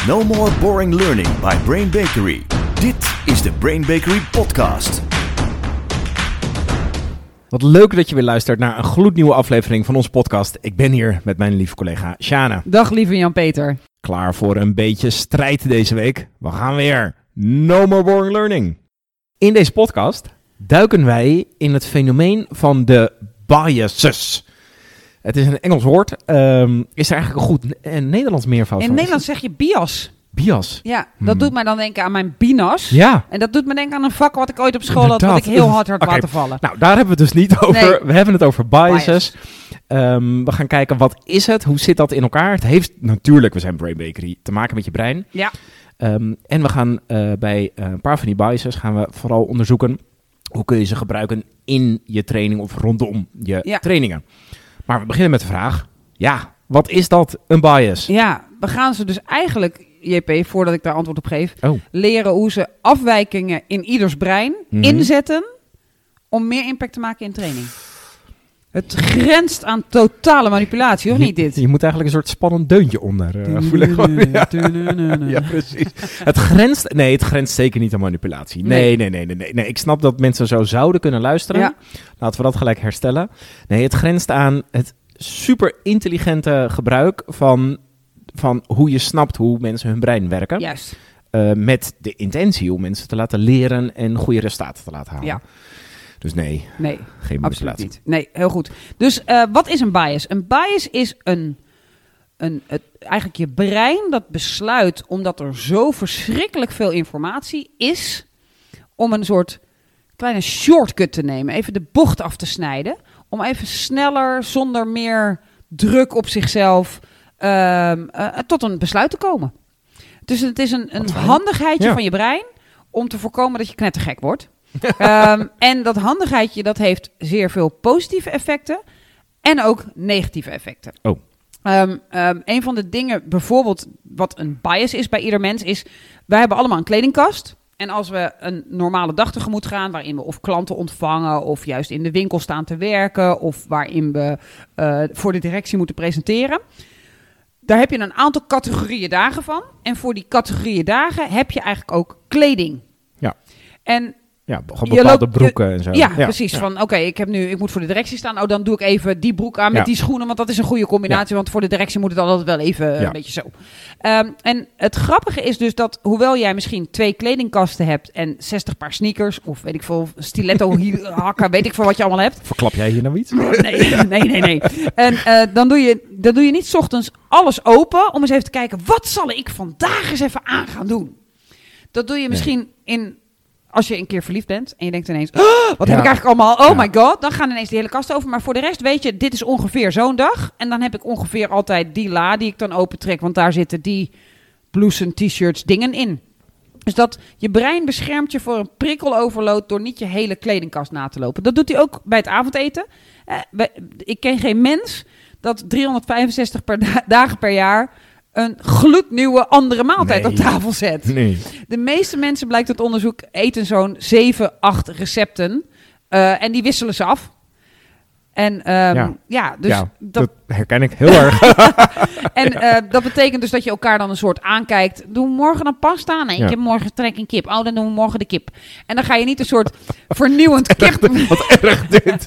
No more boring learning by Brain Bakery. Dit is de Brain Bakery podcast. Wat leuk dat je weer luistert naar een gloednieuwe aflevering van onze podcast. Ik ben hier met mijn lieve collega Sjane. Dag lieve Jan-Peter. Klaar voor een beetje strijd deze week. We gaan weer. No more boring learning. In deze podcast duiken wij in het fenomeen van de biases. Het is een Engels woord. Is er eigenlijk een goed Nederlands meervoud van? In Nederland zeg je bias. Bias. Ja, dat doet mij dan denken aan mijn binas. Ja. En dat doet me denken aan een vak wat ik ooit op school had, wat ik heel hard had laten vallen. Nou, daar hebben we het dus niet over. Nee. We hebben het over biases. We gaan kijken, wat is het? Hoe zit dat in elkaar? Het heeft natuurlijk, we zijn Brain Bakery, te maken met je brein. Ja. En we gaan bij een paar van die biases gaan we vooral onderzoeken hoe kun je ze gebruiken in je training of rondom je trainingen. Maar we beginnen met de vraag, wat is dat, een bias? Ja, we gaan ze dus eigenlijk, JP, voordat ik daar antwoord op geef, leren hoe ze afwijkingen in ieders brein inzetten om meer impact te maken in training. Het grenst aan totale manipulatie, of niet dit? Je moet eigenlijk een soort spannend deuntje onder voelen. Ja, precies. Het grenst zeker niet aan manipulatie. Nee. Ik snap dat mensen zo zouden kunnen luisteren. Ja. Laten we dat gelijk herstellen. Nee, het grenst aan het super intelligente gebruik van hoe je snapt hoe mensen hun brein werken. Juist. Met de intentie om mensen te laten leren en goede resultaten te laten halen. Ja. Dus nee, geen absoluut niet. Nee, heel goed. Dus wat is een bias? Een bias is eigenlijk je brein dat besluit, omdat er zo verschrikkelijk veel informatie is, om een soort kleine shortcut te nemen. Even de bocht af te snijden. Om even sneller, zonder meer druk op zichzelf, tot een besluit te komen. Dus het is een handigheidje van je brein om te voorkomen dat je knettergek wordt. En dat handigheidje, dat heeft zeer veel positieve effecten en ook negatieve effecten. Een van de dingen bijvoorbeeld wat een bias is bij ieder mens is, wij hebben allemaal een kledingkast. En als we een normale dag tegemoet gaan, waarin we of klanten ontvangen of juist in de winkel staan te werken of waarin we voor de directie moeten presenteren, daar heb je een aantal categorieën dagen van. En voor die categorieën dagen heb je eigenlijk ook kleding. Ja. En gewoon bepaalde broeken en zo. Ja, precies. Ja. Van ik moet voor de directie staan. Dan doe ik even die broek aan met die schoenen, want dat is een goede combinatie. Want voor de directie moet het altijd wel even een beetje zo. En het grappige is dus dat, hoewel jij misschien 2 kledingkasten hebt en 60 paar sneakers, of weet ik veel, stiletto hakken, weet ik veel wat je allemaal hebt. Verklap jij hier nou iets? Nee. En dan doe je niet 's ochtends alles open om eens even te kijken, wat zal ik vandaag eens even aan gaan doen? Dat doe je misschien als je een keer verliefd bent en je denkt ineens, wat heb ik eigenlijk allemaal? My god, dan gaan ineens die hele kast over. Maar voor de rest weet je, dit is ongeveer zo'n dag. En dan heb ik ongeveer altijd die la die ik dan opentrek, want daar zitten die blouses, t-shirts, dingen in. Dus dat je brein beschermt je voor een prikkeloverload door niet je hele kledingkast na te lopen. Dat doet hij ook bij het avondeten. Ik ken geen mens dat 365 dagen per jaar een gloednieuwe andere maaltijd op tafel zet. Nee. De meeste mensen, blijkt uit onderzoek, eten zo'n 7-8 recepten. En die wisselen ze af. En dat herken ik heel erg. En dat betekent dus dat je elkaar dan een soort aankijkt. Doen we morgen dan pasta? Nee, ik heb morgen trek een kip. Dan doen we morgen de kip. En dan ga je niet een soort vernieuwend kip. Wat erg dit.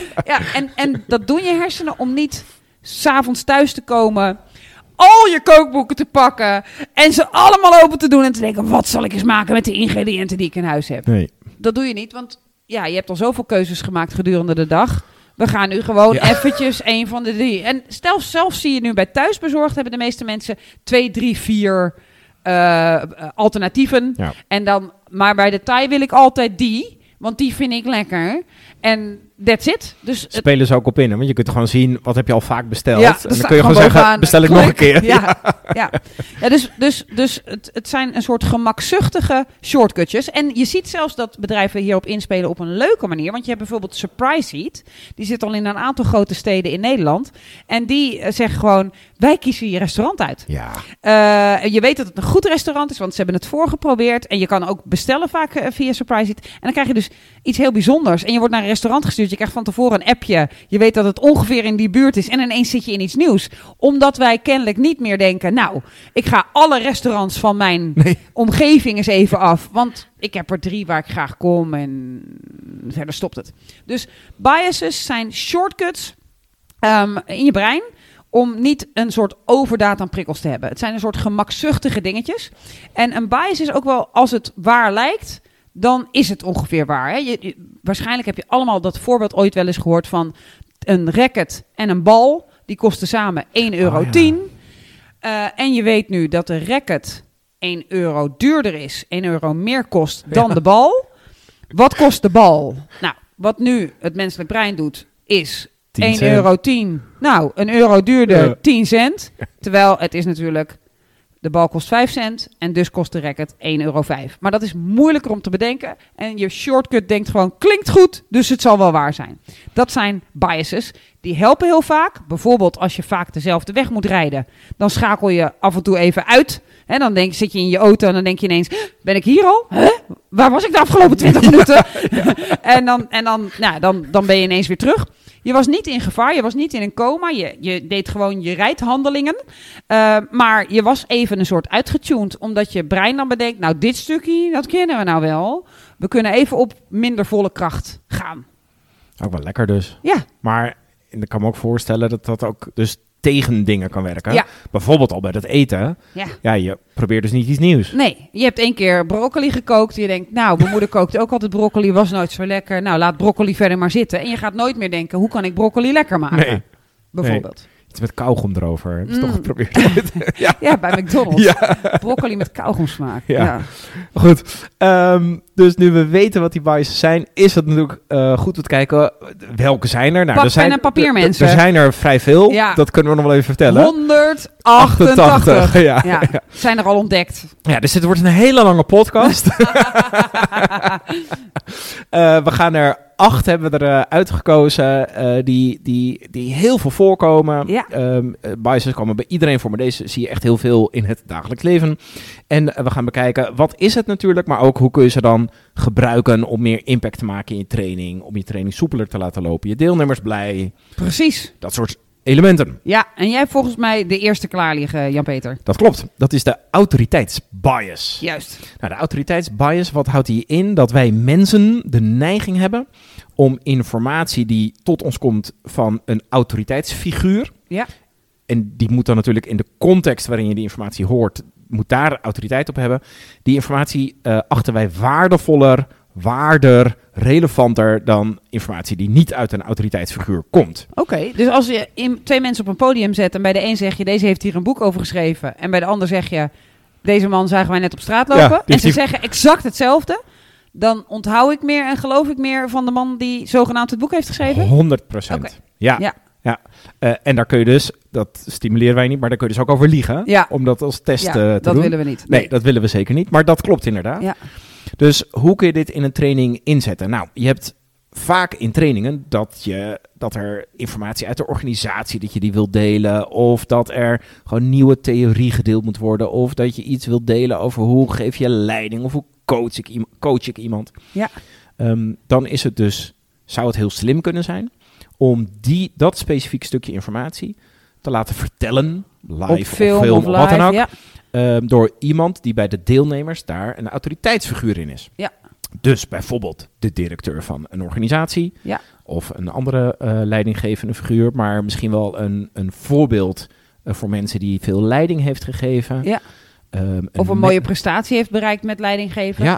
En dat doen je hersenen om niet 's avonds thuis te komen, al je kookboeken te pakken en ze allemaal open te doen en te denken, wat zal ik eens maken met de ingrediënten die ik in huis heb? Nee. Dat doe je niet, want je hebt al zoveel keuzes gemaakt gedurende de dag. We gaan nu gewoon eventjes een van de 3. En zelfs zie je nu bij thuisbezorgd hebben de meeste mensen 2, 3, 4 alternatieven. Ja. En dan, maar bij de Thai wil ik altijd die, want die vind ik lekker. En that's it. Dus spelen ze ook op in, want je kunt gewoon zien, wat heb je al vaak besteld. En dan kun je gewoon zeggen, bestel ik nog een keer. Ja, dus het zijn een soort gemakzuchtige shortcutjes. En je ziet zelfs dat bedrijven hierop inspelen op een leuke manier. Want je hebt bijvoorbeeld Surprise Eat. Die zit al in een aantal grote steden in Nederland. En die zeggen gewoon, wij kiezen je restaurant uit. Ja. Je weet dat het een goed restaurant is, want ze hebben het voorgeprobeerd. En je kan ook bestellen vaak via Surprise Eat. En dan krijg je dus iets heel bijzonders. En je wordt naar een restaurant gestuurd opgestuurd. Je krijgt van tevoren een appje. Je weet dat het ongeveer in die buurt is. En ineens zit je in iets nieuws. Omdat wij kennelijk niet meer denken... Nou, ik ga alle restaurants van mijn omgeving eens even af. Want ik heb er 3 waar ik graag kom. En verder stopt het. Dus biases zijn shortcuts in je brein... om niet een soort overdaad aan prikkels te hebben. Het zijn een soort gemakzuchtige dingetjes. En een bias is ook wel, als het waar lijkt... dan is het ongeveer waar. Hè? Waarschijnlijk heb je allemaal dat voorbeeld ooit wel eens gehoord... van een racket en een bal. Die kosten samen €1,10. En je weet nu dat de racket €1 duurder is... €1 meer kost dan de bal. Wat kost de bal? Nou, wat nu het menselijk brein doet, is... €1,10. Nou, €1 duurder, 10 cent. Terwijl het is natuurlijk... De bal kost 5 cent en dus kost de racket €1,05. Maar dat is moeilijker om te bedenken. En je shortcut denkt gewoon, klinkt goed, dus het zal wel waar zijn. Dat zijn biases. Die helpen heel vaak. Bijvoorbeeld als je vaak dezelfde weg moet rijden. Dan schakel je af en toe even uit. En dan zit je in je auto en dan denk je ineens... Ben ik hier al? Huh? Waar was ik de afgelopen 20 minuten? Dan ben je ineens weer terug. Je was niet in gevaar, je was niet in een coma. Je deed gewoon je rijdhandelingen. Maar je was even een soort uitgetuned. Omdat je brein dan bedenkt... Nou, dit stukje, dat kennen we nou wel. We kunnen even op minder volle kracht gaan. Ook wel lekker dus. Ja. Maar ik kan me ook voorstellen dat dat ook dus tegen dingen kan werken. Ja. Bijvoorbeeld al bij het eten. Ja, je probeert dus niet iets nieuws. Nee, je hebt 1 keer broccoli gekookt. Je denkt, nou, mijn moeder kookte ook altijd broccoli. Was nooit zo lekker. Nou, laat broccoli verder maar zitten. En je gaat nooit meer denken, hoe kan ik broccoli lekker maken? Nee. Bijvoorbeeld. Nee. Iets met kauwgom erover. Heb je toch geprobeerd? Ja, bij McDonald's. Ja. Broccoli met kauwgomsmaak. Ja. Goed. Dus nu we weten wat die biases zijn, is het natuurlijk goed om te kijken welke zijn er. Nou, Pak pen en papier, mensen. Er zijn er vrij veel. Ja. Dat kunnen we nog wel even vertellen. 188. Ja. Zijn er al ontdekt. Ja, dus dit wordt een hele lange podcast. We gaan er 8 hebben we er uitgekozen die heel veel voorkomen. Ja. Biases komen bij iedereen voor, maar deze zie je echt heel veel in het dagelijks leven. En we gaan bekijken, wat is het natuurlijk, maar ook hoe kun je ze dan gebruiken om meer impact te maken in je training, om je training soepeler te laten lopen, je deelnemers blij. Precies. Dat soort elementen. Ja, en jij hebt volgens mij de eerste klaar liggen, Jan-Peter. Dat klopt. Dat is de autoriteitsbias. Juist. Nou, de autoriteitsbias, wat houdt die in? Dat wij mensen de neiging hebben om informatie die tot ons komt van een autoriteitsfiguur. Ja. En die moet dan natuurlijk in de context waarin je die informatie hoort, moet daar autoriteit op hebben. Die informatie achten wij waardevoller, waarder, relevanter dan informatie die niet uit een autoriteitsfiguur komt. Oké, dus als je 2 mensen op een podium zet en bij de een zeg je, deze heeft hier een boek over geschreven. En bij de ander zeg je, deze man zagen wij net op straat lopen. Ja, en ze zeggen exact hetzelfde. Dan onthoud ik meer en geloof ik meer van de man die zogenaamd het boek heeft geschreven? 100%. Okay. Ja. En daar kun je dus, dat stimuleren wij niet, maar daar kun je dus ook over liegen. Ja. Om dat als test te doen. Dat willen we niet. Nee, dat willen we zeker niet. Maar dat klopt inderdaad. Ja. Dus hoe kun je dit in een training inzetten? Nou, je hebt vaak in trainingen dat er informatie uit de organisatie, dat je die wilt delen. Of dat er gewoon nieuwe theorie gedeeld moet worden. Of dat je iets wilt delen over hoe geef je leiding of hoe coach ik iemand. Ja. Dan is het dus, zou het heel slim kunnen zijn om dat specifieke stukje informatie te laten vertellen, live op film of wat dan ook, door iemand die bij de deelnemers daar een autoriteitsfiguur in is. Ja. Dus bijvoorbeeld de directeur van een organisatie of een andere leidinggevende figuur, maar misschien wel een voorbeeld voor mensen die veel leiding heeft gegeven. Ja. Of een mooie prestatie heeft bereikt met leidinggeven.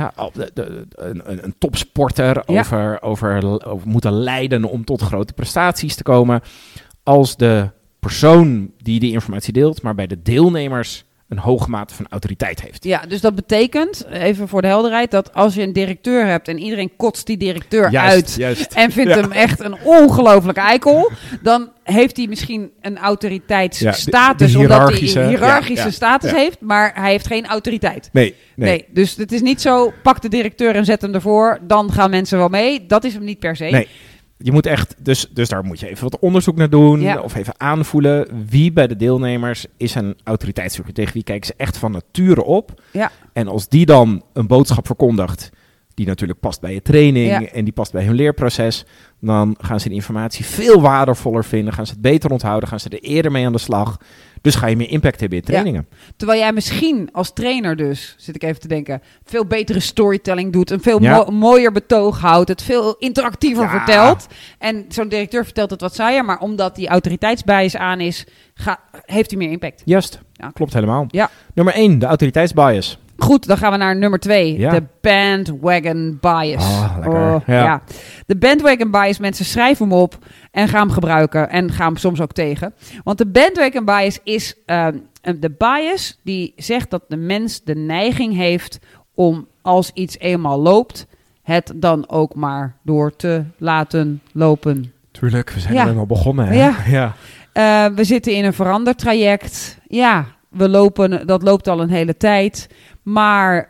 Een topsporter over moeten leiden om tot grote prestaties te komen. Als de persoon die informatie deelt, maar bij de deelnemers een hoge mate van autoriteit heeft. Ja, dus dat betekent, even voor de helderheid, dat als je een directeur hebt en iedereen kotst die directeur uit en vindt hem echt een ongelofelijke eikel, dan heeft hij misschien een autoriteitsstatus, omdat hij een hiërarchische status heeft, maar hij heeft geen autoriteit. Nee, dus het is niet zo, pak de directeur en zet hem ervoor, dan gaan mensen wel mee. Dat is hem niet per se. Nee. Je moet echt, dus daar moet je even wat onderzoek naar doen of even aanvoelen. Wie bij de deelnemers is een autoriteitsfiguur? Tegen wie kijken ze echt van nature op? Ja. En als die dan een boodschap verkondigt die natuurlijk past bij je training en die past bij hun leerproces, dan gaan ze de informatie veel waardevoller vinden, gaan ze het beter onthouden, gaan ze er eerder mee aan de slag. Dus ga je meer impact hebben in trainingen. Ja. Terwijl jij misschien als trainer dus, zit ik even te denken, veel betere storytelling doet, een veel mooier betoog houdt, het veel interactiever vertelt. En zo'n directeur vertelt het wat saaier, maar omdat die autoriteitsbias aan is, heeft hij meer impact. Juist, klopt helemaal. Ja. Nummer 1, de autoriteitsbias. Goed, dan gaan we naar nummer 2. De bandwagon bias. Lekker. Ja. De bandwagon bias, mensen schrijven hem op en gaan hem gebruiken en gaan hem soms ook tegen. Want de bandwagon bias is de bias die zegt dat de mens de neiging heeft om als iets eenmaal loopt, het dan ook maar door te laten lopen. Tuurlijk, we zijn er al begonnen. Hè? Ja. We zitten in een verandertraject. Ja, dat loopt al een hele tijd. Maar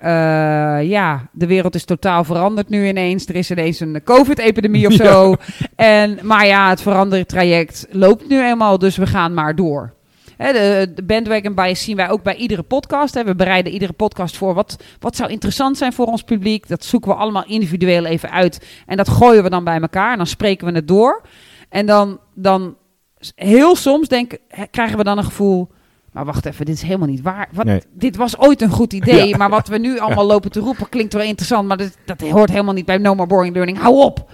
de wereld is totaal veranderd nu ineens. Er is ineens een COVID-epidemie of zo. Maar het verandertraject loopt nu eenmaal, dus we gaan maar door. De bandwagon bias zien wij ook bij iedere podcast. We bereiden iedere podcast voor. Wat zou interessant zijn voor ons publiek? Dat zoeken we allemaal individueel even uit. En dat gooien we dan bij elkaar. En dan spreken we het door. En dan heel soms krijgen we dan een gevoel, maar wacht even, dit is helemaal niet waar. Dit was ooit een goed idee, maar wat we nu allemaal lopen te roepen klinkt wel interessant, maar dat hoort helemaal niet bij No More Boring Learning. Hou op!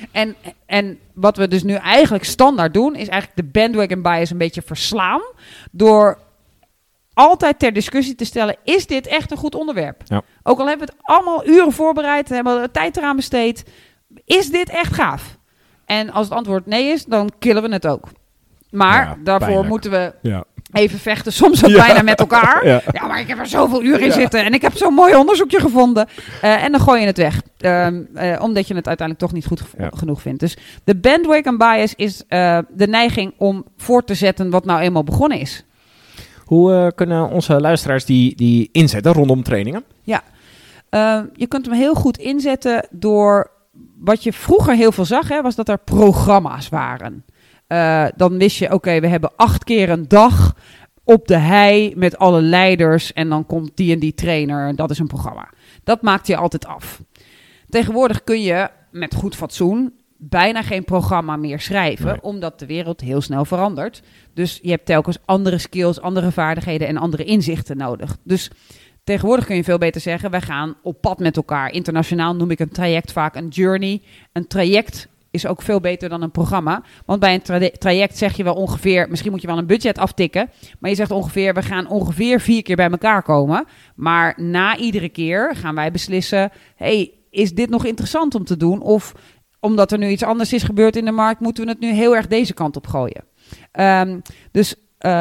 En wat we dus nu eigenlijk standaard doen, is eigenlijk de bandwagon bias een beetje verslaan door altijd ter discussie te stellen, is dit echt een goed onderwerp? Ja. Ook al hebben we het allemaal uren voorbereid, hebben we tijd eraan besteed, is dit echt gaaf? En als het antwoord nee is, dan killen we het ook. Maar daarvoor moeten we even vechten, soms ook bijna met elkaar. Ja, maar ik heb er zoveel uren in zitten en ik heb zo'n mooi onderzoekje gevonden. En dan gooi je het weg, omdat je het uiteindelijk toch niet goed genoeg vindt. Dus de bandwagon bias is de neiging om voort te zetten wat nou eenmaal begonnen is. Hoe kunnen onze luisteraars die inzetten rondom trainingen? Ja, je kunt hem heel goed inzetten door, wat je vroeger heel veel zag, was dat er programma's waren. Dan wist je, oké, we hebben 8 keer een dag op de hei met alle leiders en dan komt die en die trainer en dat is een programma. Dat maakt je altijd af. Tegenwoordig kun je met goed fatsoen bijna geen programma meer schrijven, omdat de wereld heel snel verandert. Dus je hebt telkens andere skills, andere vaardigheden en andere inzichten nodig. Dus tegenwoordig kun je veel beter zeggen, wij gaan op pad met elkaar. Internationaal noem ik een traject vaak een journey. Een traject is ook veel beter dan een programma. Want bij een traject zeg je wel ongeveer, misschien moet je wel een budget aftikken, maar je zegt ongeveer, we gaan ongeveer 4 keer bij elkaar komen. Maar na iedere keer gaan wij beslissen, is dit nog interessant om te doen? Of omdat er nu iets anders is gebeurd in de markt, moeten we het nu heel erg deze kant op gooien. Dus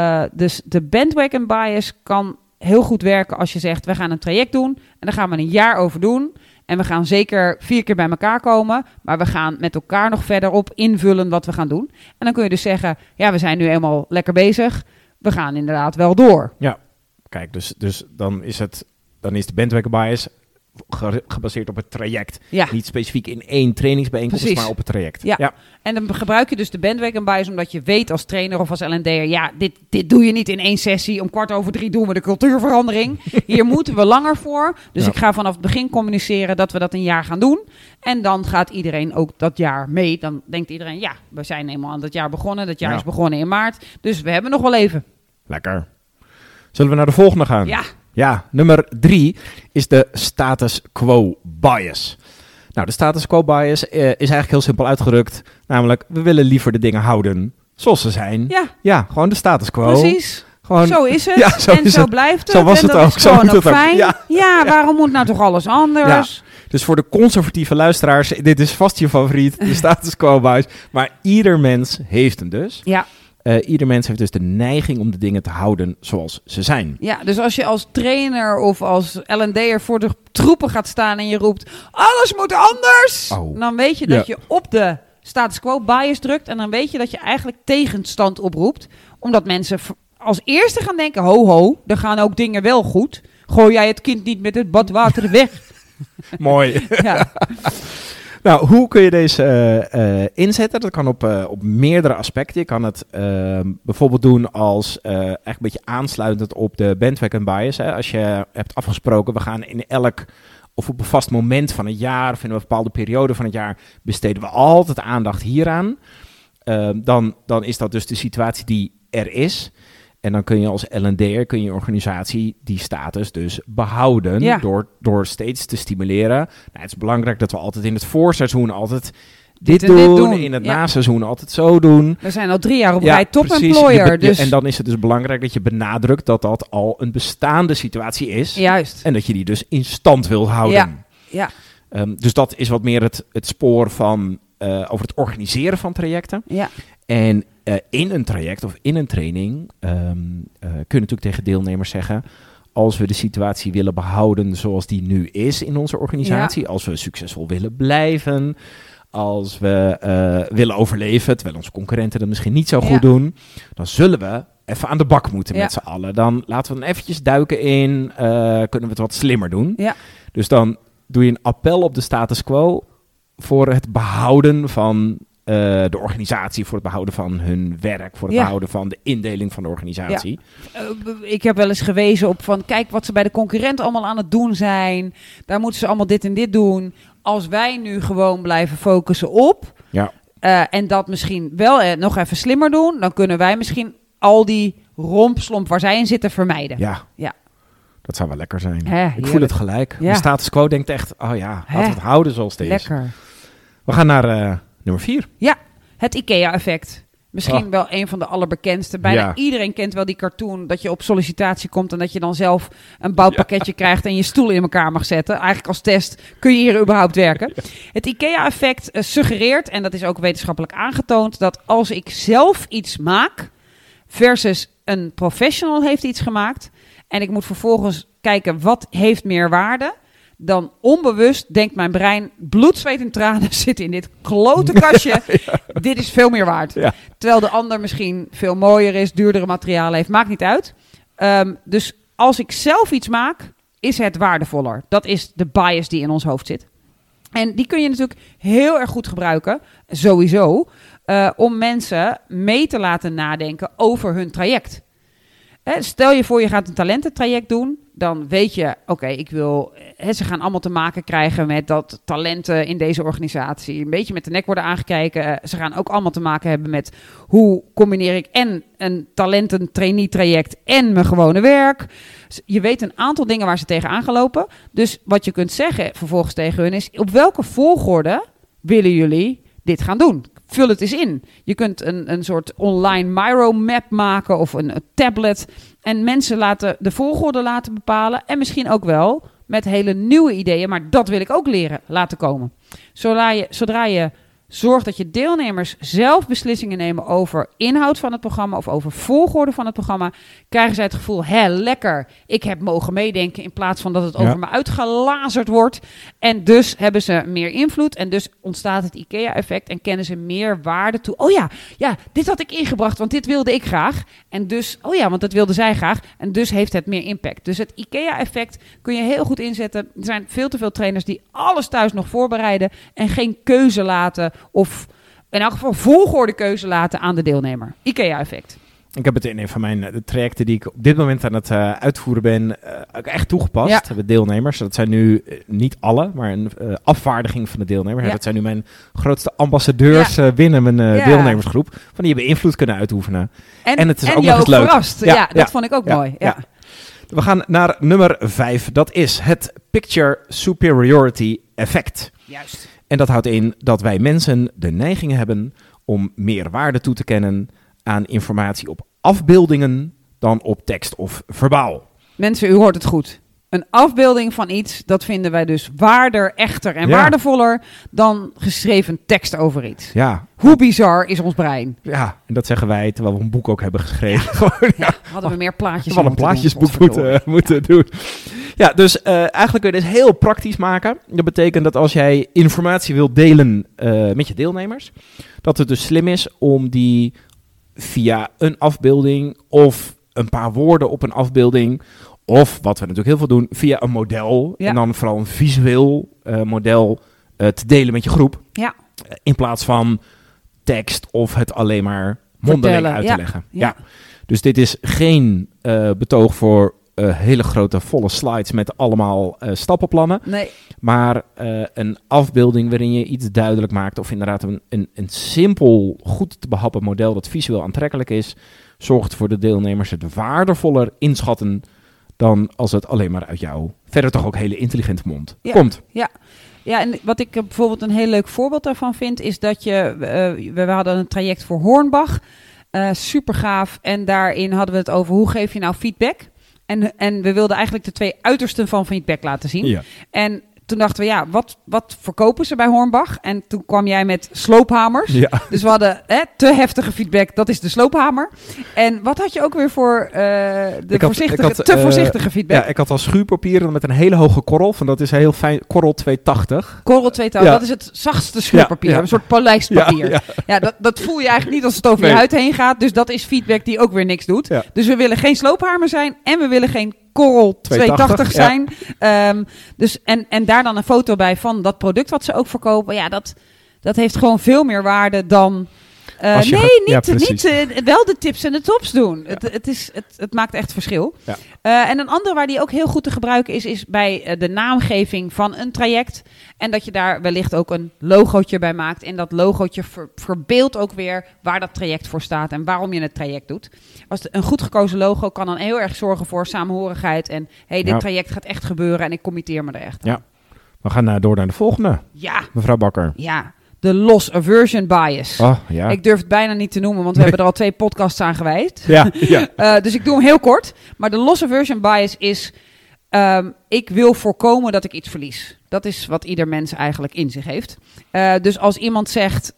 de bandwagon bias kan heel goed werken als je zegt, we gaan een traject doen en daar gaan we een jaar over doen. En we gaan zeker 4 keer bij elkaar komen, maar we gaan met elkaar nog verder op invullen wat we gaan doen. En dan kun je dus zeggen, we zijn nu eenmaal lekker bezig, we gaan inderdaad wel door. Ja, kijk, dus dan is de bandwagon bias gebaseerd op het traject. Ja. Niet specifiek in 1 trainingsbijeenkomst, maar op het traject. Ja. En dan gebruik je dus de bandwagon bias omdat je weet als trainer of als L&D'er, dit doe je niet in 1 sessie. Om 2:15 doen we de cultuurverandering. Hier moeten we langer voor. Dus ik ga vanaf het begin communiceren dat we dat een jaar gaan doen. En dan gaat iedereen ook dat jaar mee. Dan denkt iedereen, we zijn eenmaal aan dat jaar begonnen. Dat jaar is begonnen in maart. Dus we hebben nog wel even. Lekker. Zullen we naar de volgende gaan? Ja, nummer 3 is de status quo bias. Nou, de status quo bias is eigenlijk heel simpel uitgedrukt. Namelijk, we willen liever de dingen houden zoals ze zijn. Ja, gewoon de status quo. Precies. Gewoon, zo is het. Zo blijft het. Zo was het ook. Zo moet het fijn. Ja, waarom moet nou toch alles anders? Ja. Dus voor de conservatieve luisteraars, dit is vast je favoriet, de status quo bias. Maar ieder mens heeft hem dus. Ja. Ieder mens heeft dus de neiging om de dingen te houden zoals ze zijn. Ja, dus als je als trainer of als L&D'er voor de troepen gaat staan en je roept, alles moet anders, dan weet je dat je op de status quo bias drukt en dan weet je dat je eigenlijk tegenstand oproept. Omdat mensen als eerste gaan denken, ho, er gaan ook dingen wel goed. Gooi jij het kind niet met het badwater weg. Mooi. Ja. Nou, hoe kun je deze inzetten? Dat kan op meerdere aspecten. Je kan het bijvoorbeeld doen als echt een beetje aansluitend op de bandwagon bias. Hè. Als je hebt afgesproken, we gaan in elk of op een vast moment van het jaar of in een bepaalde periode van het jaar besteden we altijd aandacht hieraan. Dan is dat dus de situatie die er is. En dan kun je als L&D'er, kun je organisatie die status dus behouden door steeds te stimuleren. Nou, het is belangrijk dat we altijd in het voorseizoen altijd dit doen. In het naseizoen altijd zo doen. We zijn al 3 jaar op rij top-employer. Dus... En dan is het dus belangrijk dat je benadrukt dat dat al een bestaande situatie is. Juist. En dat je die dus in stand wil houden. Ja. Dus dat is wat meer het spoor van over het organiseren van trajecten. Ja. En in een traject of in een training kun je natuurlijk tegen deelnemers zeggen, als we de situatie willen behouden zoals die nu is in onze organisatie, als we succesvol willen blijven, als we willen overleven, terwijl onze concurrenten dat misschien niet zo goed doen, dan zullen we even aan de bak moeten met z'n allen. Dan laten we dan eventjes duiken in, kunnen we het wat slimmer doen. Ja. Dus dan doe je een appel op de status quo voor het behouden van de organisatie, voor het behouden van hun werk, voor het behouden van de indeling van de organisatie. Ja. Ik heb wel eens gewezen op van, kijk wat ze bij de concurrent allemaal aan het doen zijn. Daar moeten ze allemaal dit en dit doen. Als wij nu gewoon blijven focussen op en dat misschien wel nog even slimmer doen, dan kunnen wij misschien al die rompslomp waar zij in zitten vermijden. Ja. Dat zou wel lekker zijn. Ik voel het gelijk. De status quo denkt echt, laten we het houden zoals het is. Lekker. We gaan naar nummer 4. Ja, het IKEA-effect. Misschien wel een van de allerbekendste. Bijna iedereen kent wel die cartoon dat je op sollicitatie komt en dat je dan zelf een bouwpakketje krijgt en je stoel in elkaar mag zetten. Eigenlijk als test, kun je hier überhaupt werken? Ja. Het IKEA-effect suggereert, en dat is ook wetenschappelijk aangetoond, dat als ik zelf iets maak versus een professional heeft iets gemaakt en ik moet vervolgens kijken wat heeft meer waarde, dan onbewust denkt mijn brein, bloed, zweet en tranen zitten in dit klote kastje. Dit is veel meer waard. Ja. Terwijl de ander misschien veel mooier is, duurdere materialen heeft. Maakt niet uit. Dus als ik zelf iets maak, is het waardevoller. Dat is de bias die in ons hoofd zit. En die kun je natuurlijk heel erg goed gebruiken, sowieso, om mensen mee te laten nadenken over hun traject. Stel je voor, je gaat een talententraject doen. Dan weet je, ik wil... ze gaan allemaal te maken krijgen met dat talenten in deze organisatie een beetje met de nek worden aangekeken. Ze gaan ook allemaal te maken hebben met hoe combineer ik en een talenten-trainee-traject en mijn gewone werk. Je weet een aantal dingen waar ze tegenaan gelopen. Dus wat je kunt zeggen vervolgens tegen hun is, op welke volgorde willen jullie dit gaan doen? Vul het eens in. Je kunt een soort online Miro-map maken of een tablet. En mensen de volgorde laten bepalen. En misschien ook wel met hele nieuwe ideeën. Maar dat wil ik ook leren laten komen. Zodra je zorgt dat je deelnemers zelf beslissingen nemen over inhoud van het programma of over volgorde van het programma, krijgen zij het gevoel, lekker, ik heb mogen meedenken in plaats van dat het over me uitgelazerd wordt. En dus hebben ze meer invloed en dus ontstaat het IKEA-effect en kennen ze meer waarde toe. Dit had ik ingebracht, want dit wilde ik graag. En dus, want dat wilde zij graag. En dus heeft het meer impact. Dus het IKEA-effect kun je heel goed inzetten. Er zijn veel te veel trainers die alles thuis nog voorbereiden en geen keuze laten of in elk geval volgorde keuze laten aan de deelnemer. IKEA-effect. Ik heb het in een van mijn trajecten die ik op dit moment aan het uitvoeren ben, ook echt toegepast. De deelnemers, dat zijn nu niet alle, maar een afvaardiging van de deelnemers. Dat zijn nu mijn grootste ambassadeurs binnen mijn deelnemersgroep. Van die hebben invloed kunnen uitoefenen. En het is ook nog eens leuk. Verrast. Dat vond ik ook mooi. Ja. We gaan naar nummer 5. Dat is het Picture Superiority Effect. Juist. En dat houdt in dat wij mensen de neiging hebben om meer waarde toe te kennen aan informatie op afbeeldingen dan op tekst of verbaal. Mensen, u hoort het goed. Een afbeelding van iets, dat vinden wij dus waarder, echter en waardevoller dan geschreven tekst over iets. Ja. Hoe bizar is ons brein? Ja, en dat zeggen wij terwijl we een boek ook hebben geschreven. Hadden we meer plaatjes een plaatjesboek moeten doen. Ja, dus eigenlijk kun je dit heel praktisch maken. Dat betekent dat als jij informatie wilt delen met je deelnemers, dat het dus slim is om die via een afbeelding of een paar woorden op een afbeelding, of wat we natuurlijk heel veel doen, via een model, en dan vooral een visueel model te delen met je groep. Ja. In plaats van tekst of het alleen maar mondeling uit te leggen. Ja. Dus dit is geen betoog voor hele grote volle slides met allemaal stappenplannen. Nee. Maar een afbeelding waarin je iets duidelijk maakt. Of inderdaad een simpel, goed te behappen model dat visueel aantrekkelijk is. Zorgt voor de deelnemers het waardevoller inschatten dan als het alleen maar uit jouw verder toch ook hele intelligente mond komt. Ja, en wat ik bijvoorbeeld een heel leuk voorbeeld daarvan vind, is dat we hadden een traject voor Hornbach. Super gaaf. En daarin hadden we het over hoe geef je nou feedback. En we wilden eigenlijk de 2 uitersten van feedback laten zien. Ja. En toen dachten we, wat verkopen ze bij Hornbach? En toen kwam jij met sloophamers. Ja. Dus we hadden te heftige feedback, dat is de sloophamer. En wat had je ook weer voor voorzichtige feedback? Ja, ik had al schuurpapier met een hele hoge korrel. Van dat is heel fijn, korrel 280. Korrel 280, dat is het zachtste schuurpapier. Ja. Een soort polijstpapier. Ja, dat voel je eigenlijk niet als het over je huid heen gaat. Dus dat is feedback die ook weer niks doet. Ja. Dus we willen geen sloophamer zijn en we willen geen korrel 280 zijn. Ja. Dus en daar dan een foto bij van dat product wat ze ook verkopen. Ja, dat heeft gewoon veel meer waarde dan... wel de tips en de tops doen. Ja. Het maakt echt verschil. Ja. En een andere waar die ook heel goed te gebruiken is bij de naamgeving van een traject. En dat je daar wellicht ook een logootje bij maakt. En dat logootje verbeeldt ook weer waar dat traject voor staat en waarom je het traject doet. Een goed gekozen logo kan dan heel erg zorgen voor samenhorigheid. En dit traject gaat echt gebeuren en ik committeer me er echt aan. Ja. We gaan door naar de volgende. Ja. Mevrouw Bakker. Ja. De loss aversion bias. Oh, ja. Ik durf het bijna niet te noemen, want we hebben er al 2 podcasts aan gewijd. Ja. Dus ik doe hem heel kort. Maar de loss aversion bias is... ik wil voorkomen dat ik iets verlies. Dat is wat ieder mens eigenlijk in zich heeft. Dus als iemand zegt...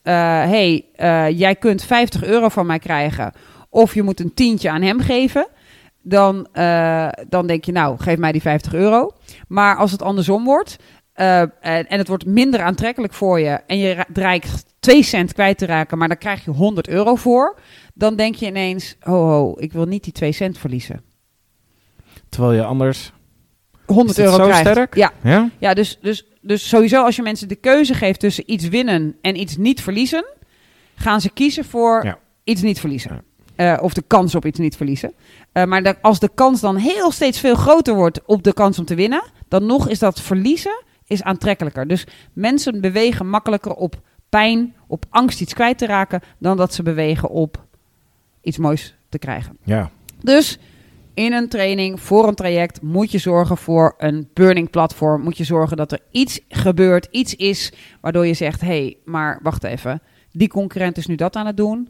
jij kunt €50 van mij krijgen... of je moet een tientje aan hem geven... dan denk je, nou, geef mij die €50. Maar als het andersom wordt... en het wordt minder aantrekkelijk voor je... en je dreigt 2 cent kwijt te raken... maar daar krijg je €100 voor... dan denk je ineens... ik wil niet die 2 cent verliezen. Terwijl je anders... €100 krijgt. Sterk? Ja, dus sowieso als je mensen de keuze geeft... tussen iets winnen en iets niet verliezen... gaan ze kiezen voor iets niet verliezen. Of de kans op iets niet verliezen. Maar als de kans dan heel steeds veel groter wordt... op de kans om te winnen... dan nog is dat verliezen... is aantrekkelijker. Dus mensen bewegen makkelijker op pijn, op angst iets kwijt te raken, dan dat ze bewegen op iets moois te krijgen. Ja. Dus in een training, voor een traject, moet je zorgen voor een burning platform. Moet je zorgen dat er iets gebeurt, iets is, waardoor je zegt, maar wacht even, die concurrent is nu dat aan het doen.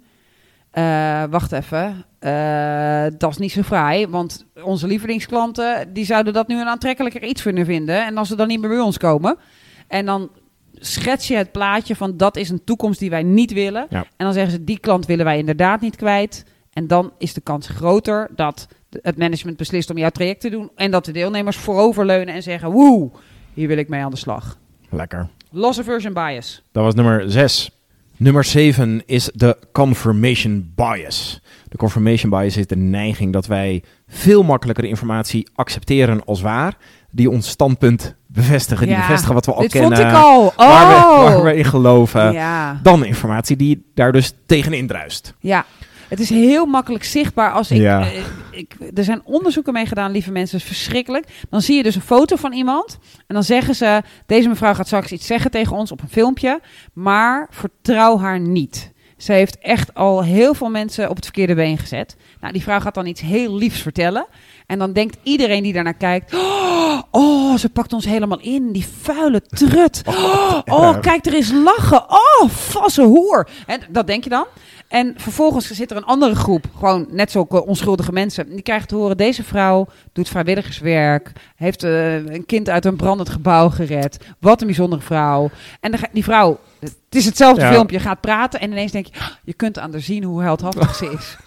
Wacht even, dat is niet zo fraai, want onze lievelingsklanten, die zouden dat nu een aantrekkelijker iets kunnen vinden. En als ze dan niet meer bij ons komen, en dan schets je het plaatje van dat is een toekomst die wij niet willen. Ja. En dan zeggen ze, die klant willen wij inderdaad niet kwijt. En dan is de kans groter dat het management beslist om jouw traject te doen. En dat de deelnemers vooroverleunen en zeggen, woe, hier wil ik mee aan de slag. Lekker. Loss aversion bias. Dat was nummer 6. Nummer 7 is de confirmation bias. De confirmation bias is de neiging dat wij veel makkelijker informatie accepteren als waar. Die ons standpunt bevestigen. Die bevestigen wat we al kennen. Dit vond ik al. Waar we in geloven. Ja. Dan informatie die daar dus tegenin druist. Ja. Het is heel makkelijk zichtbaar als er zijn onderzoeken mee gedaan, lieve mensen, het is verschrikkelijk. Dan zie je dus een foto van iemand en dan zeggen ze, deze mevrouw gaat straks iets zeggen tegen ons op een filmpje, maar vertrouw haar niet. Ze heeft echt al heel veel mensen op het verkeerde been gezet. Nou, die vrouw gaat dan iets heel liefs vertellen. En dan denkt iedereen die daarnaar kijkt, oh, ze pakt ons helemaal in, die vuile trut. Oh, kijk, er is lachen. Oh, valse hoer. En dat denk je dan. En vervolgens zit er een andere groep, gewoon net zo onschuldige mensen. Die krijgen te horen, deze vrouw doet vrijwilligerswerk, heeft een kind uit een brandend gebouw gered. Wat een bijzondere vrouw. En die vrouw, het is hetzelfde filmpje, gaat praten en ineens denk je, je kunt aan haar zien hoe heldhaftig ze is.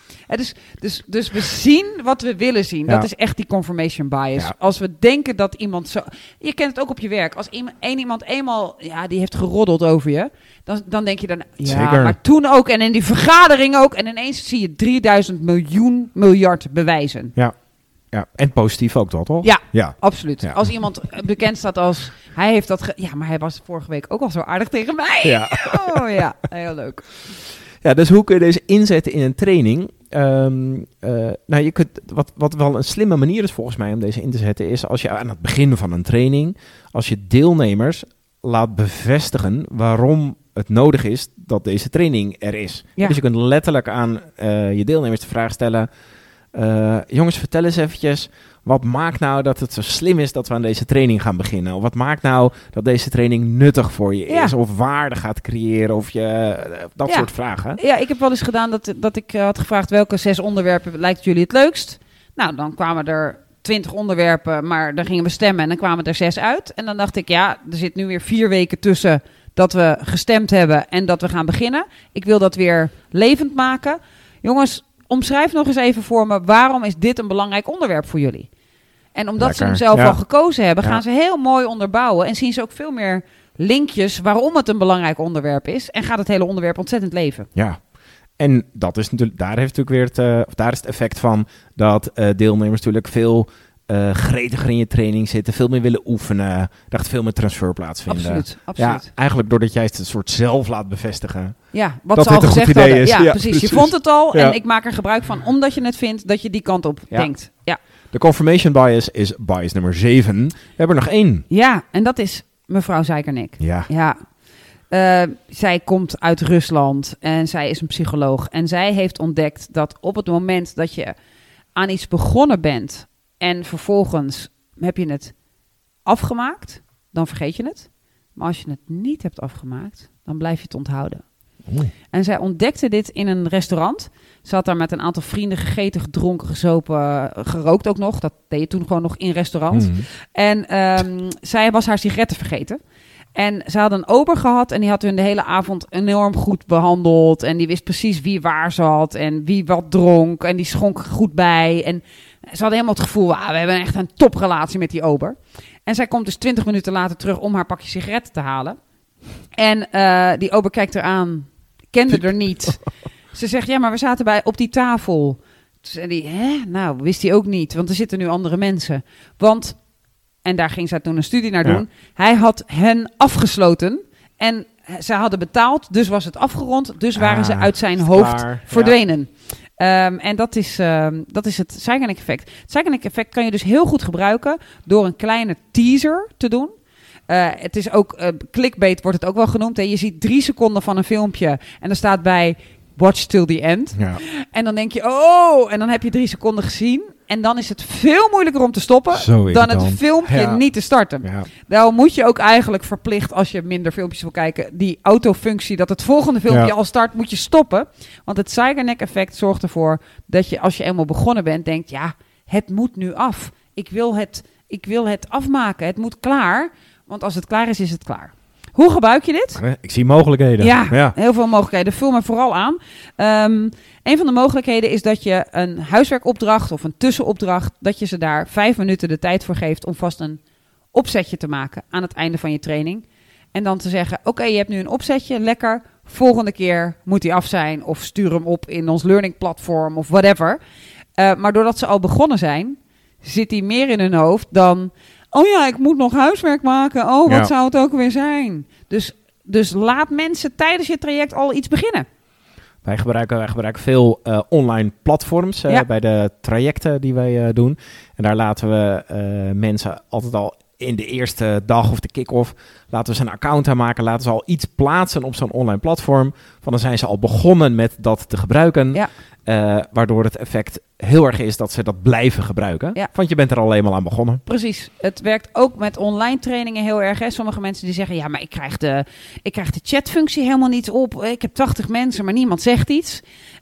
Dus we zien wat we willen zien. Ja. Dat is echt die confirmation bias. Ja. Als we denken dat iemand zo... Je kent het ook op je werk. Als iemand eenmaal... die heeft geroddeld over je. Dan denk je dan... Zeker. Maar toen ook. En in die vergadering ook. En ineens zie je 3000 miljard bewijzen. Ja. En positief ook toch? Ja, absoluut. Ja. Als iemand bekend staat als... Hij heeft dat... maar hij was vorige week ook al zo aardig tegen mij. Ja. Oh ja, heel leuk. Ja, dus hoe kun je deze inzetten in een training? je kunt, wat wel een slimme manier is volgens mij om deze in te zetten, is als je aan het begin van een training, als je deelnemers laat bevestigen waarom het nodig is dat deze training er is. Ja. Dus je kunt letterlijk aan je deelnemers de vraag stellen, jongens, vertel eens eventjes, wat maakt nou dat het zo slim is dat we aan deze training gaan beginnen? Of wat maakt nou dat deze training nuttig voor je is? Of waarde gaat creëren? Of dat soort vragen. Ja, ik heb wel eens gedaan dat ik had gevraagd welke 6 onderwerpen lijkt jullie het leukst? Nou, dan kwamen er 20 onderwerpen, maar dan gingen we stemmen en dan kwamen er 6 uit. En dan dacht ik, er zit nu weer 4 weken tussen dat we gestemd hebben en dat we gaan beginnen. Ik wil dat weer levend maken. Jongens, omschrijf nog eens even voor me, waarom is dit een belangrijk onderwerp voor jullie? En omdat ze hem zelf al gekozen hebben, gaan ze heel mooi onderbouwen en zien ze ook veel meer linkjes waarom het een belangrijk onderwerp is. En gaat het hele onderwerp ontzettend leven. Ja, en dat is natuurlijk, daar is het effect van dat deelnemers natuurlijk veel gretiger in je training zitten, veel meer willen oefenen, daar gaat veel meer transfer plaatsvinden. Absoluut. Ja, eigenlijk doordat jij het een soort zelf laat bevestigen. Ja, wat dat ze al gezegd hadden. Is. Ja, precies. Je vond het al en ik maak er gebruik van omdat je het vindt dat je die kant op denkt. Ja. De confirmation bias is bias nummer 7. We hebben er nog 1. Ja, en dat is mevrouw Zeikernik. Ja. Zij komt uit Rusland en zij is een psycholoog. En zij heeft ontdekt dat op het moment dat je aan iets begonnen bent en vervolgens heb je het afgemaakt, dan vergeet je het. Maar als je het niet hebt afgemaakt, dan blijf je het onthouden. Oei. En zij ontdekte dit in een restaurant. Ze had daar met een aantal vrienden gegeten, gedronken, gezopen, gerookt ook nog. Dat deed je toen gewoon nog in restaurant. En zij was haar sigaretten vergeten. En ze hadden een ober gehad en die had hun de hele avond enorm goed behandeld. En die wist precies wie waar zat en wie wat dronk. En die schonk goed bij. En ze hadden helemaal het gevoel, we hebben echt een toprelatie met die ober. En zij komt dus 20 minuten later terug om haar pakje sigaretten te halen. En die ober kijkt haar aan, kende er niet. Ze zegt, ja, maar we zaten op die tafel. Toen zei hij, nou, wist hij ook niet, want er zitten nu andere mensen. Want, en daar ging zij toen een studie naar doen, hij had hen afgesloten en ze hadden betaald, dus was het afgerond, dus waren ze uit zijn hoofd verdwenen. En dat is het Zeigernik-effect. Het Zeigernik-effect kan je dus heel goed gebruiken door een kleine teaser te doen. Het is ook, clickbait wordt het ook wel genoemd. Hè? Je ziet 3 seconden van een filmpje en er staat bij watch till the end. Ja. En dan denk je, en dan heb je 3 seconden gezien. En dan is het veel moeilijker om te stoppen dan het filmpje niet te starten. Ja. Daarom moet je ook eigenlijk verplicht, als je minder filmpjes wil kijken, die autofunctie, dat het volgende filmpje al start, moet je stoppen. Want het Zeigernik-effect zorgt ervoor dat je, als je eenmaal begonnen bent, denkt, het moet nu af. Ik wil het afmaken. Het moet klaar. Want als het klaar is, is het klaar. Hoe gebruik je dit? Ik zie mogelijkheden. Ja, heel veel mogelijkheden. Vul me vooral aan. Een van de mogelijkheden is dat je een huiswerkopdracht of een tussenopdracht, dat je ze daar 5 minuten de tijd voor geeft om vast een opzetje te maken aan het einde van je training. En dan te zeggen, oké, je hebt nu een opzetje, lekker. Volgende keer moet die af zijn of stuur hem op in ons learning platform of whatever. Maar doordat ze al begonnen zijn, zit die meer in hun hoofd dan, ik moet nog huiswerk maken. Wat zou het ook weer zijn? Dus laat mensen tijdens je traject al iets beginnen. Wij gebruiken veel online platforms bij de trajecten die wij doen. En daar laten we mensen altijd al in de eerste dag of de kick-off, laten we ze een account aanmaken, laten ze al iets plaatsen op zo'n online platform. Dan zijn ze al begonnen met dat te gebruiken. Ja. Waardoor het effect heel erg is dat ze dat blijven gebruiken. Ja. Want je bent er al eenmaal aan begonnen. Precies. Het werkt ook met online trainingen heel erg. Hè. Sommige mensen die zeggen, maar ik krijg de chatfunctie helemaal niet op. Ik heb 80 mensen, maar niemand zegt iets.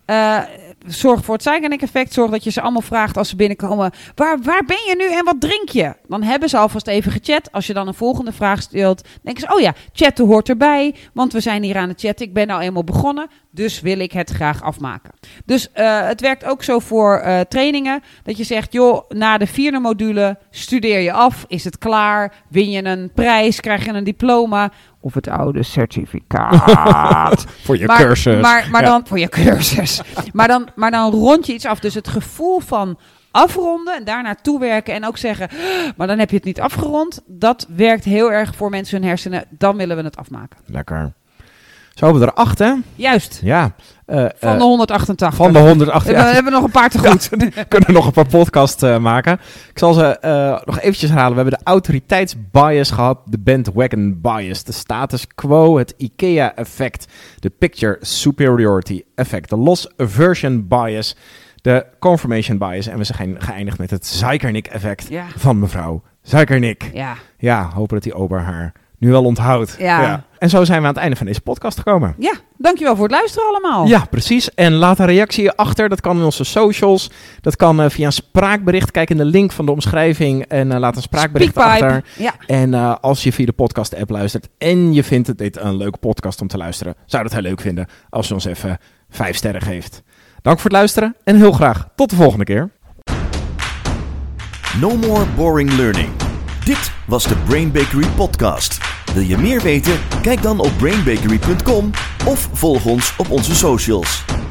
Zorg voor het Zeigernik-effect. Zorg dat je ze allemaal vraagt als ze binnenkomen, waar ben je nu en wat drink je? Dan hebben ze alvast even gechat. Als je dan een volgende vraag stelt, denken ze, chatten hoort erbij. Want we zijn hier aan het chatten. Ik ben nou eenmaal begonnen. Dus wil ik het graag afmaken. Dus het werkt ook zo voor trainingen. Dat je zegt, na de 4e module studeer je af. Is het klaar? Win je een prijs? Krijg je een diploma? Of het oude certificaat. Voor je cursus. Maar dan voor je cursus. maar dan rond je iets af. Dus het gevoel van afronden en daarna toewerken en ook zeggen, maar dan heb je het niet afgerond. Dat werkt heel erg voor mensen hun hersenen. Dan willen we het afmaken. Lekker. Zo hebben we er 8, hè? Juist. Ja. Van de 188. Van de 188. We hebben nog een paar te goed. We kunnen nog een paar podcasts maken. Ik zal ze nog eventjes herhalen. We hebben de autoriteitsbias gehad, de bandwagon bias, de status quo, het IKEA-effect, de picture superiority effect, de loss aversion bias, de confirmation bias. En we zijn geëindigd met het Zeikernik-effect van mevrouw Zeikernik. Ja, hopen dat die ober haar nu wel onthoudt. Ja. En zo zijn we aan het einde van deze podcast gekomen. Ja, dankjewel voor het luisteren allemaal. Ja, precies. En laat een reactie achter. Dat kan in onze socials. Dat kan via een spraakbericht. Kijk in de link van de omschrijving en laat een spraakbericht achter. Ja. En als je via de podcast-app luistert en je vindt dit een leuke podcast om te luisteren, zou dat heel leuk vinden als je ons even 5 sterren geeft. Dank voor het luisteren en heel graag tot de volgende keer. No more boring learning. Dit was de Brain Bakery podcast. Wil je meer weten? Kijk dan op brainbakery.com of volg ons op onze socials.